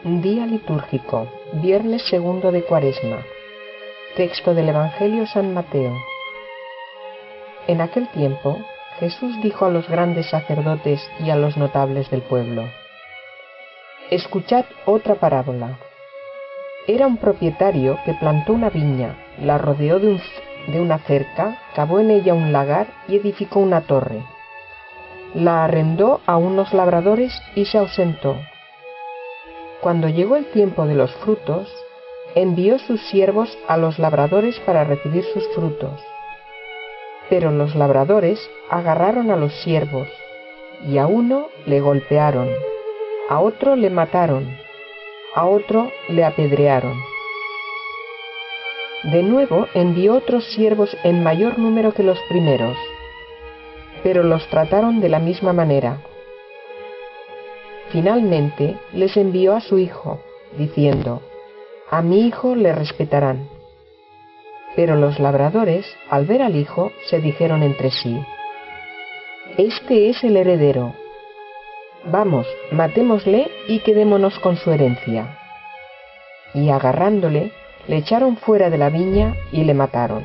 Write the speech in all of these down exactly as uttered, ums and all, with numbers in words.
Día litúrgico, viernes segundo de Cuaresma. Texto del Evangelio San Mateo. En aquel tiempo, Jesús dijo a los grandes sacerdotes y a los notables del pueblo: Escuchad otra parábola. Era un propietario que plantó una viña, la rodeó de, un, de una cerca, cavó en ella un lagar y edificó una torre. La arrendó a unos labradores y se ausentó. Cuando llegó el tiempo de los frutos, envió sus siervos a los labradores para recibir sus frutos. Pero los labradores agarraron a los siervos, y a uno le golpearon, a otro le mataron, a otro le apedrearon. De nuevo envió otros siervos en mayor número que los primeros, pero los trataron de la misma manera. Finalmente les envió a su hijo, diciendo: A mi hijo le respetarán. Pero los labradores, al ver al hijo, se dijeron entre sí: Este es el heredero. Vamos, matémosle y quedémonos con su herencia. Y agarrándole, le echaron fuera de la viña y le mataron.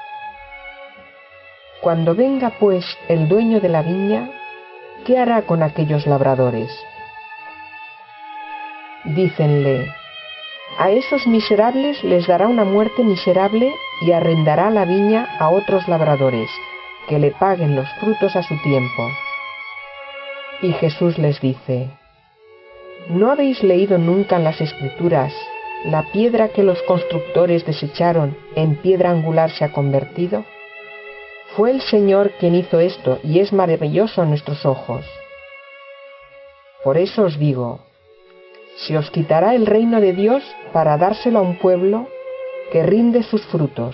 Cuando venga pues el dueño de la viña, ¿qué hará con aquellos labradores? Dícenle: A esos miserables les dará una muerte miserable y arrendará la viña a otros labradores, que le paguen los frutos a su tiempo. Y Jesús les dice: ¿No habéis leído nunca en las Escrituras: la piedra que los constructores desecharon, en piedra angular se ha convertido? Fue el Señor quien hizo esto, y es maravilloso a nuestros ojos. Por eso os digo: se os quitará el reino de Dios para dárselo a un pueblo que rinde sus frutos.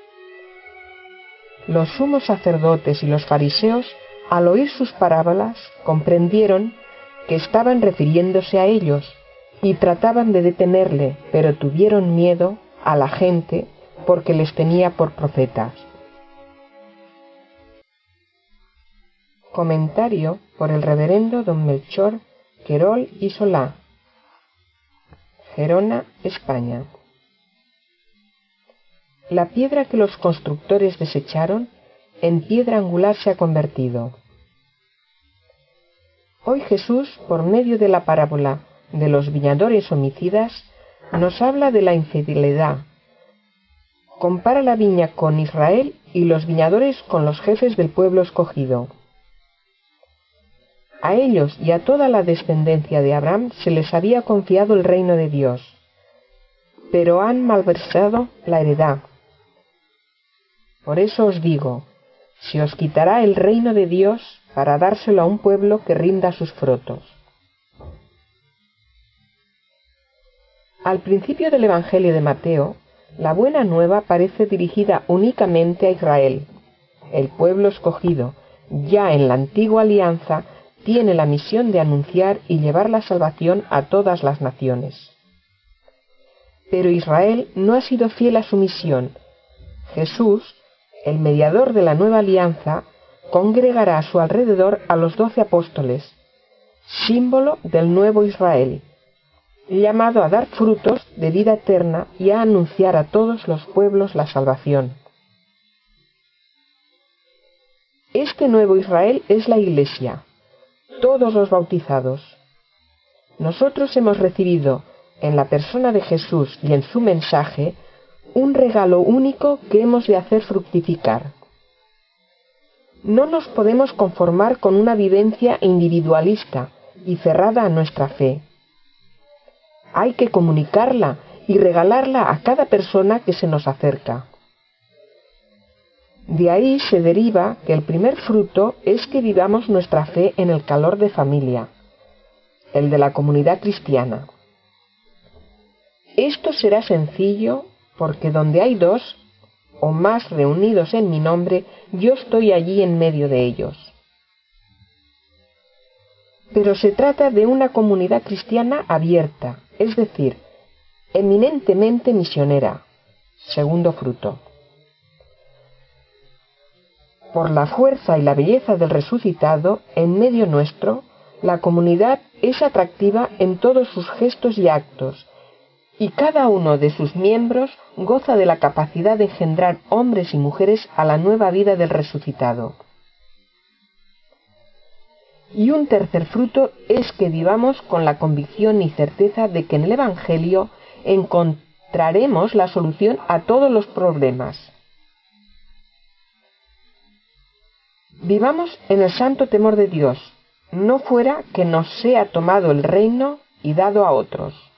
Los sumos sacerdotes y los fariseos, al oír sus parábolas, comprendieron que estaban refiriéndose a ellos y trataban de detenerle, pero tuvieron miedo a la gente porque les tenía por profetas. Comentario por el reverendo don Melchor Querol y Solá, Gerona, España. La piedra que los constructores desecharon, en piedra angular se ha convertido. Hoy Jesús, por medio de la parábola de los viñadores homicidas, nos habla de la infidelidad. Compara la viña con Israel y los viñadores con los jefes del pueblo escogido. A ellos y a toda la descendencia de Abraham se les había confiado el reino de Dios, pero han malversado la heredad. Por eso os digo: se os quitará el reino de Dios para dárselo a un pueblo que rinda sus frutos. Al principio del Evangelio de Mateo, la buena nueva parece dirigida únicamente a Israel. El pueblo escogido, ya en la antigua alianza, tiene la misión de anunciar y llevar la salvación a todas las naciones. Pero Israel no ha sido fiel a su misión. Jesús, el mediador de la nueva alianza, congregará a su alrededor a los doce apóstoles, símbolo del nuevo Israel, llamado a dar frutos de vida eterna y a anunciar a todos los pueblos la salvación. Este nuevo Israel es la Iglesia, todos los bautizados. Nosotros hemos recibido, en la persona de Jesús y en su mensaje, un regalo único que hemos de hacer fructificar. No nos podemos conformar con una vivencia individualista y cerrada a nuestra fe. Hay que comunicarla y regalarla a cada persona que se nos acerca. De ahí se deriva que el primer fruto es que vivamos nuestra fe en el calor de familia, el de la comunidad cristiana. Esto será sencillo porque donde hay dos o más reunidos en mi nombre, yo estoy allí en medio de ellos. Pero se trata de una comunidad cristiana abierta, es decir, eminentemente misionera, segundo fruto. Por la fuerza y la belleza del resucitado, en medio nuestro, La comunidad es atractiva en todos sus gestos y actos, y cada uno de sus miembros goza de la capacidad de engendrar hombres y mujeres a la nueva vida del resucitado. Y un tercer fruto es que vivamos con la convicción y certeza de que en el Evangelio encontraremos la solución a todos los problemas. Vivamos en el santo temor de Dios, no fuera que nos sea tomado el reino y dado a otros.